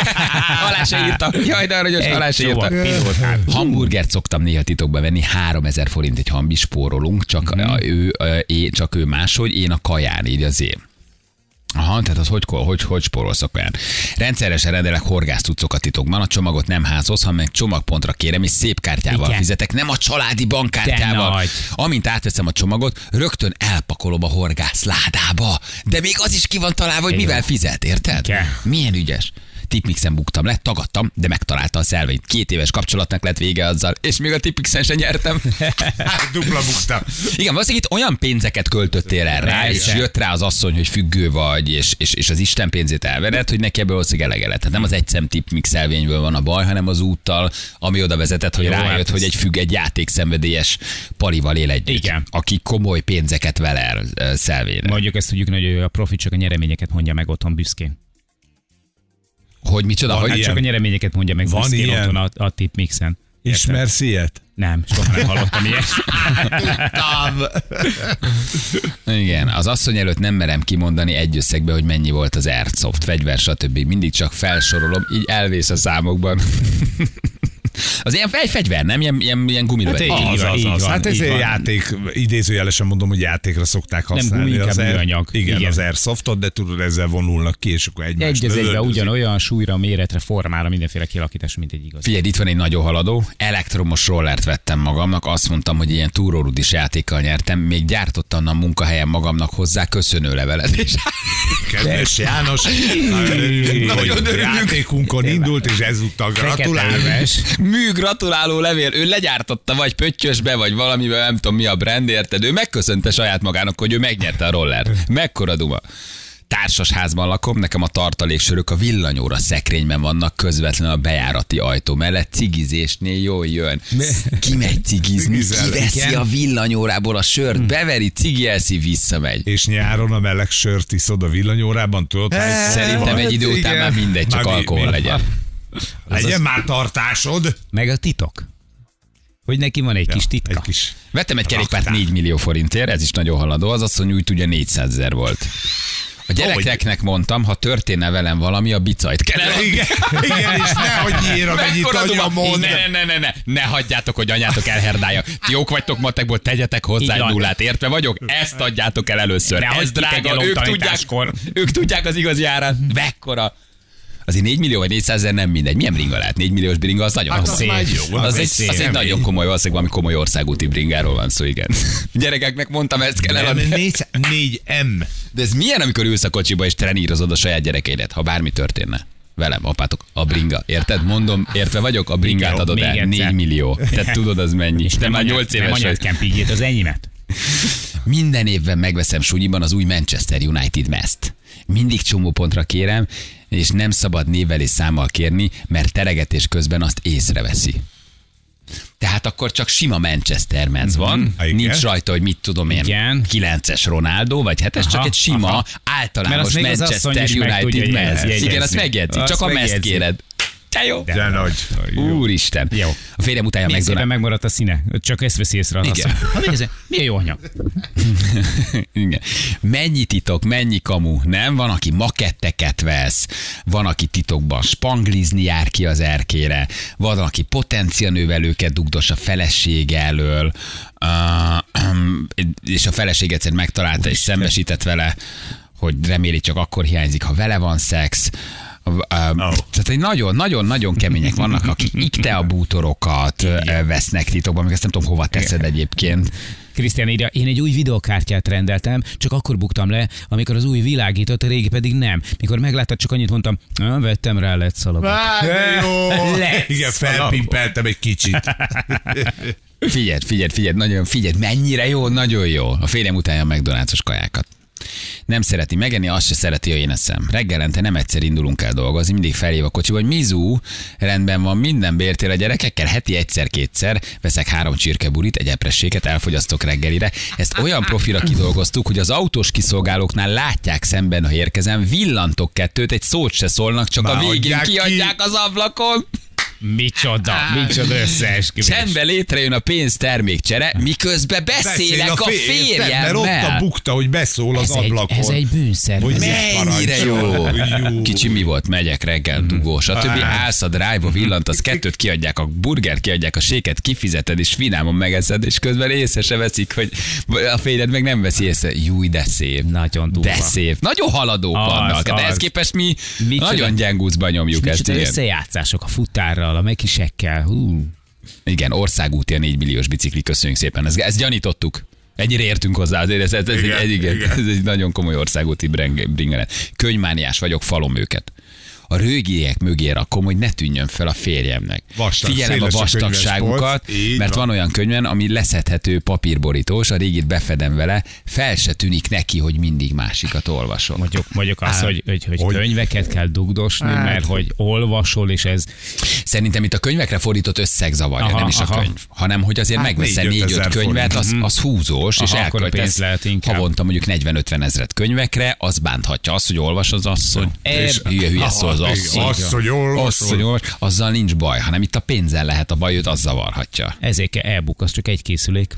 Alá se írta. Jaj, de aranyos, alá se írta. Hamburgert szoktam néha titokba venni, háromezer forint egy hambi, spórolunk, csak, mm. ő, ő, csak ő máshogy, én a kaján, így az én. Aha, tehát az hogy, hogy, hogy spórolsz a kaján. Rendszeresen rendelek horgásztucokat titokban, a csomagot nem házhoz, hanem meg csomagpontra kérem, és szép kártyával Igen. fizetek, nem a családi De bankkártyával. nagy. Amint átveszem a csomagot, rögtön elpakolom a horgász ládába. De még az is ki van találva, hogy Igen. mivel fizet, érted? Igen. Milyen ügyes. Tipmixen buktam le, tagadtam, de megtalálta a szelvényt. Két éves kapcsolatnak lett vége azzal, és még a Tipmixen sem nyertem. Hát, dupla buktam. Igen, valószínűleg itt olyan pénzeket költöttél el rá, és Persze. jött rá az asszony, hogy függő vagy, és, és, és az Isten pénzét elvered, hogy neki ebből valószínűleg elege lett. Tehát nem az egy szem tipmixelvényből van a baj, hanem az úttal, ami oda vezetett, hogy Jó, rájött, hát hogy ez- egy függ, egy játékszenvedélyes palival él együtt. Igen. Aki komoly pénzeket vel el ö, szelvényre. Mondjuk ezt tudjuk, hogy a profi csak a nyereményeket mondja meg otthon büszkén. Hogy micsoda, Van hogy Hát ilyen. csak a nyereményeket mondja meg Van büszkén ilyen. otthon a, a tip mixen. Ismersz ilyet? Nem, soha nem hallottam ilyet. Igen, az asszony előtt nem merem kimondani egy összegbe, hogy mennyi volt az airsoft, fegyver, stb. Mindig csak felsorolom, így elvész a számokban. Az ilyen egy fegyver, nem? Ilyen, ilyen, ilyen gumilövetés. Hát Az, az, az. Hát ez egy játék, idézőjelesen mondom, hogy játékra szokták használni. Nem gumi, az air, műanyag. igen, Igen. az airsoftot, de tudod, ezzel vonulnak ki, és akkor egymást Egy az egyben lövöldözik. ugyanolyan súlyra, méretre, formára, mindenféle kilakítás, mint egy igaz. Figyelj, itt van egy nagyon haladó, elektromos rollert vettem magamnak, azt mondtam, hogy ilyen túrórudis játékkal nyertem, még gyártottam a munkahelyen magamnak hozzá köszönő levelet. És Kedves János, Nagyon örülünk. játékunkon indult, és ezúttal gratulálunk. Feketeöves. mű gratuláló levél, ő legyártotta vagy pöttyösbe, vagy valamivel, nem tudom mi a brand, érted? Ő megköszönte saját magának, hogy ő megnyerte a rollert. Mekkora duma. Társasházban lakom, nekem a tartaléksörök a villanyóra szekrényben vannak, közvetlenül a bejárati ajtó mellett, cigizésnél jól jön. Kimegy cigizni, Cigizel, kiveszi igen. a villanyórából a sört, beveri, cigi elszi, visszamegy. És nyáron a meleg sört iszod a villanyórában, tudod? hány- Szerintem egy idő után igen. már mindegy, csak Már mi- alkohol mi- legyen. Legyen már tartásod. Meg a titok. Hogy neki van egy kis titka. Egy kis. Vettem egy kerékpárt Raktár. négy millió forintért, ez is nagyon haladó, az asszony úgy tudja négyszázezer volt. A gyerekeknek mondtam, ha történne velem valami, a bicajt kell eladni. Igen, igen, és nehogy ír, amennyit Mekkora anya duma. mond. Ne, ne, ne, ne, ne, ne hagyjátok, hogy anyátok elherdálja. Ti jók vagytok matekból, tegyetek hozzá Így egy van. nullát, értve vagyok? Ezt adjátok el először. Ne Ez hagyd ki drága, tegyen ők tudják, lomtanításkor. ők tudják az igazi árát. Mekkora. Azért négy millió vagy négyszázezer nem mindegy. Milyen bringa lehet? négy milliós bringa, az nagyon Hát szép. az már jó, Az az egy, egy az szép. egy nagyon komoly, valószínűleg valami komoly országúti bringáról van szó, igen. Gyerekeknek mondtam, ezt kell Nem, eladni. négy, négy M. De ez milyen, amikor ülsz a kocsiba és trenírozod a saját gyerekeidet, ha bármi történne? Velem, apátok, a bringa. Érted? Mondom, értve vagyok, a bringát Igen, adod még el. egyszer. négy millió. Te tudod, az mennyi. Te már nyolc éves Nem vagy. anyád kempingjét, az enyémet. Minden évben megveszem sunyiban az új Manchester United mezt. Mindig csomópontra kérem, és nem szabad névvel és számmal kérni, mert teregetés közben azt észreveszi. Tehát akkor csak sima Manchester mez van, Igen. nincs rajta, hogy mit tudom én, Igen. kilences Ronaldo, vagy hetes, csak Aha, egy sima, aha. Mert általános azt még az asszony Manchester is meg tudja United mez. jegyezni. Igen, azt megjegyzi, Azt csak a mezt megjegyzi. kéred. Te jó? De nagy. Úristen. Jó. A férjem utálja Nézd, szépen McDonald's. megmaradt a színe. Csak ezt veszi észre az Igen. asszony. Ha mi ez? Milyen jó anyag. Igen. Mennyi titok, mennyi kamu, nem? Van, aki maketteket vesz, van, aki titokban spanglizni jár ki az erkére, van, aki potencianővelőket dugdos a felesége elől, uh, és a feleség egyszer megtalálta és szembesített vele, hogy reméli csak akkor hiányzik, ha vele van szex. Uh, oh. Tehát egy nagyon-nagyon-nagyon kemények vannak, akik ikte a bútorokat uh, vesznek titokban, még ezt nem tudom hova teszed egyébként. Krisztián írja, én egy új videokártyát rendeltem, csak akkor buktam le, amikor az új világított, a régi pedig nem. Mikor megláttad, csak annyit mondtam, ah, vettem rá lett szalagot. Á, de jó. Lesz. Igen, felpimpeltem egy kicsit. Figyelj, figyelj, figyelj, nagyon figyelj, mennyire jó, nagyon jó. A férjem utálja a McDonald's-os kajákat. Nem szereti megenni, azt se szereti, hogy én eszem. Reggelente nem egyszer indulunk el dolgozni, mindig felhív a kocsiba, hogy Mizu, rendben van, minden bértél a gyerekekkel, heti egyszer-kétszer veszek három csirkeburit, egy eprességet, elfogyasztok reggelire. Ezt olyan profira kidolgoztuk, hogy az autós kiszolgálóknál látják szemben, ha érkezem, villantok kettőt, egy szót se szólnak, csak Már a végén adják ki. kiadják az ablakon. Micsoda, micsoda összeesküvés. Csendben létrejön a pénztermékcsere, miközben beszélek a, fér- nem, férjemmel. Mert ott a bukta, hogy beszól az Ez egy, ablakon. ez egy Hogy bűnszervezet. Mennyire jó. Jó. Kicsi mi volt, megyek reggel, dugó, stb. Állsz a drive-ba, villantasz, kettőt kiadják, a burger kiadják, a séket kifizeted, és finámon megeszed, és közben észre se veszik, hogy a férjed meg nem veszi észre. Júj, de szép. Nagyon durva. De szép. Nagyon haladók Az, vannak. De az. ehhez képest mi Micsoda- nagyon gyengúcban nyomjuk ezt. Micsoda Igen. összejátszások a futárral, a mekisekkel. Hú. Igen, országúti a négy milliós bicikli, köszönjük szépen. Ezt, ezt gyanítottuk. Ennyire értünk hozzá, azért ez, ez, ez, Igen, egy, igen, igen. ez egy nagyon komoly országúti bringelet. Könyvmániás vagyok, falom őket. A rögiek mögé rakom, hogy ne tűnjön fel a férjemnek. Vastag, Figyelem a széles a vastagságukat, könyvespolc. Így mert van. van olyan könyven, ami leszedhető papírborítós, a régit befedem vele, fel se tűnik neki, hogy mindig másikat olvasom. Mondjuk, mondjuk azt, hogy, hogy, hogy Hogy? könyveket kell dugdosni, Hát. mert hogy olvasol, és ez Szerintem itt a könyvekre fordított összeg zavarja, Aha, nem is a aha. könyv, hanem hogy azért Hát megveszel négy-öt négy-öt ezer könyvet, az, forint. az húzós, és Aha, akkor elköltesz pénz lehet inkább. havonta mondjuk negyven-ötven ezret könyvekre, az bánthatja azt, hogy olvas az asszony. És- Hülye, hülye szó az asszony. Asszony, olvasol. Asszony, olvas. Azzal nincs baj, hanem itt a pénzzel lehet a baj, őt az zavarhatja. Ezért kell e-book, az csak egy készülék.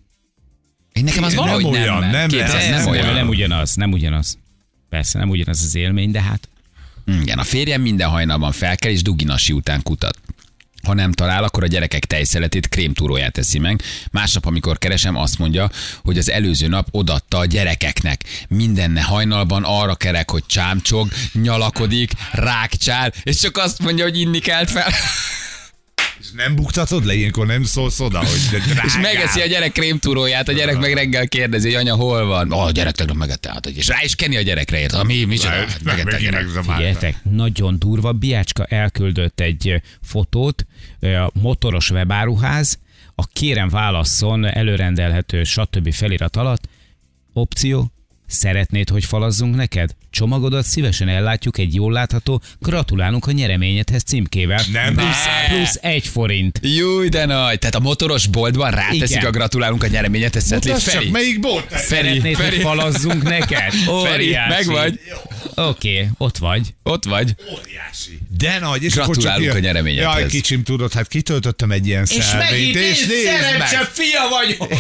Én nekem az Nem valahogy nem, olyan, nem, nem Képzeld, lesz. nem, Nem, olyan. olyan. nem ugyanaz, nem ugyanaz. Persze, nem ugyanaz az élmény, de hát Igen, a férjem minden hajnalban felkel, és duginasi után kutat. Ha nem talál, akkor a gyerekek tejszeletét, krémtúróját teszi meg. Másnap, amikor keresem, azt mondja, hogy az előző nap odatta a gyerekeknek. Mindenne hajnalban arra kerek, hogy csámcsog, nyalakodik, rákcsál, és csak azt mondja, hogy inni kelt fel. És nem buktatod le, ilyenkor nem szólsz oda, hogy de drágám. És megeszi a gyerek krémtúróját, a gyerek meg reggel kérdezi, hogy anya, hol van? Oh, a gyerek tegnap megette át, és rá is keni a gyerekre, ért. Mi, mi csinál? Meg- Megette a megint gyerek. megzabálta. figyeljetek, nagyon durva. Biácska elküldött egy ö, fotót, ö, a motoros webáruház, a kérem válasszon előrendelhető stb. Felirat alatt. Opció, szeretnéd, hogy falazzunk neked? Csomagodat szívesen ellátjuk egy jól látható, gratulálunk a nyereményedhez címkével. Nem plusz, hiszem. plusz egy forint. Júj, de nagy. Tehát a motoros boltban ráteszik Igen. a gratulálunk a nyereményet, ezt Szetli. Mutasd csak, Feri. melyik bolt? Feri, Szeretnéd, hogy Feri. falazzunk neked? Feri, Óriási. meg vagy? Oké, okay, ott vagy. Ott vagy. Óriási. De nagy, és Gratulálunk akkor csak ilyen- a nyereményedhez. Jaj, kicsim, tudod, hát kitöltöttem egy ilyen szelvényt, és nézd meg. fia vagyok.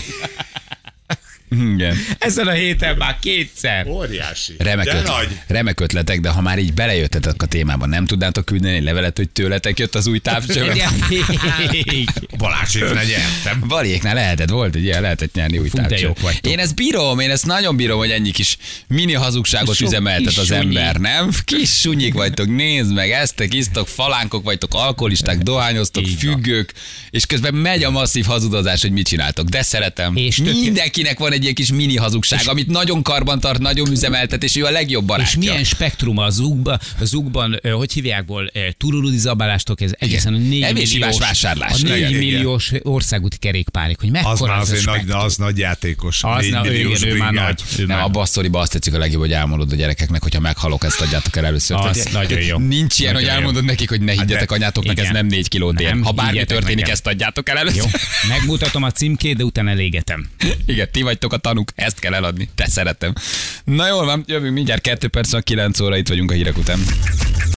Igen. Ezen a héten már kétszer. Óriási. Remek, De ötlet, nagy. remek ötletek, de ha már így belejöttetek a témában, nem tudnátok küldeni egy levelet, hogy tőletek jött az új távcső? Balázséknál nyertem. Valéknál lehetett, volt egy ilyen, lehetett nyerni új Fú, de távcső. jók vagytok. Én ezt bírom, én ezt nagyon bírom, hogy ennyi kis mini hazugságot Sok üzemeltet kis az sunyi. ember, nem? Kis sunyik vagytok, nézd meg, eztek, isztok, falánkok vagytok, alkoholisták, dohányoztok, Így van. függők, és közben megy a masszív hazudozás, hogy mit csináltok. De szeretem. És tök- Mindenkinek van egy ilyen kis mini hazugság, amit nagyon karban tart, nagyon üzemeltet, és ő a legjobb barátja. És milyen spektrum a zugban, a zugban, ö, hogy hívjákból, turuludi zabálástok, ez egészen a négy Evés-ivás milliós, vásárlás. a négy Igen, igen. milliós országúti kerékpárig, hogy mekkora Az már ez a azért nagy, de spektrum. az nagy játékos. Az négy na, ő, milliós igen, ő már brigád. nagy. Ő Nem, már abban a sztoriban azt tetszik a legjobb, hogy elmondod a gyerekeknek, hogyha meghalok, ezt adjátok el először. Az Tehát nagyon jó. Nincs ilyen, Nagyon hogy jó. elmondod nekik, hogy ne higgyetek de- anyátoknak, ez igen. nem négy kilót ér. Nem, Ha bármi higgyetek történik, nekem. ezt adjátok el először. Jó, megmutatom a címkét, de utána elégetem. Igen, ti vagytok a tanúk, ezt kell eladni. Te szeretem. Na jól van, jövünk mindjárt kettő perc, a kilenc óra, itt vagyunk a hírek után.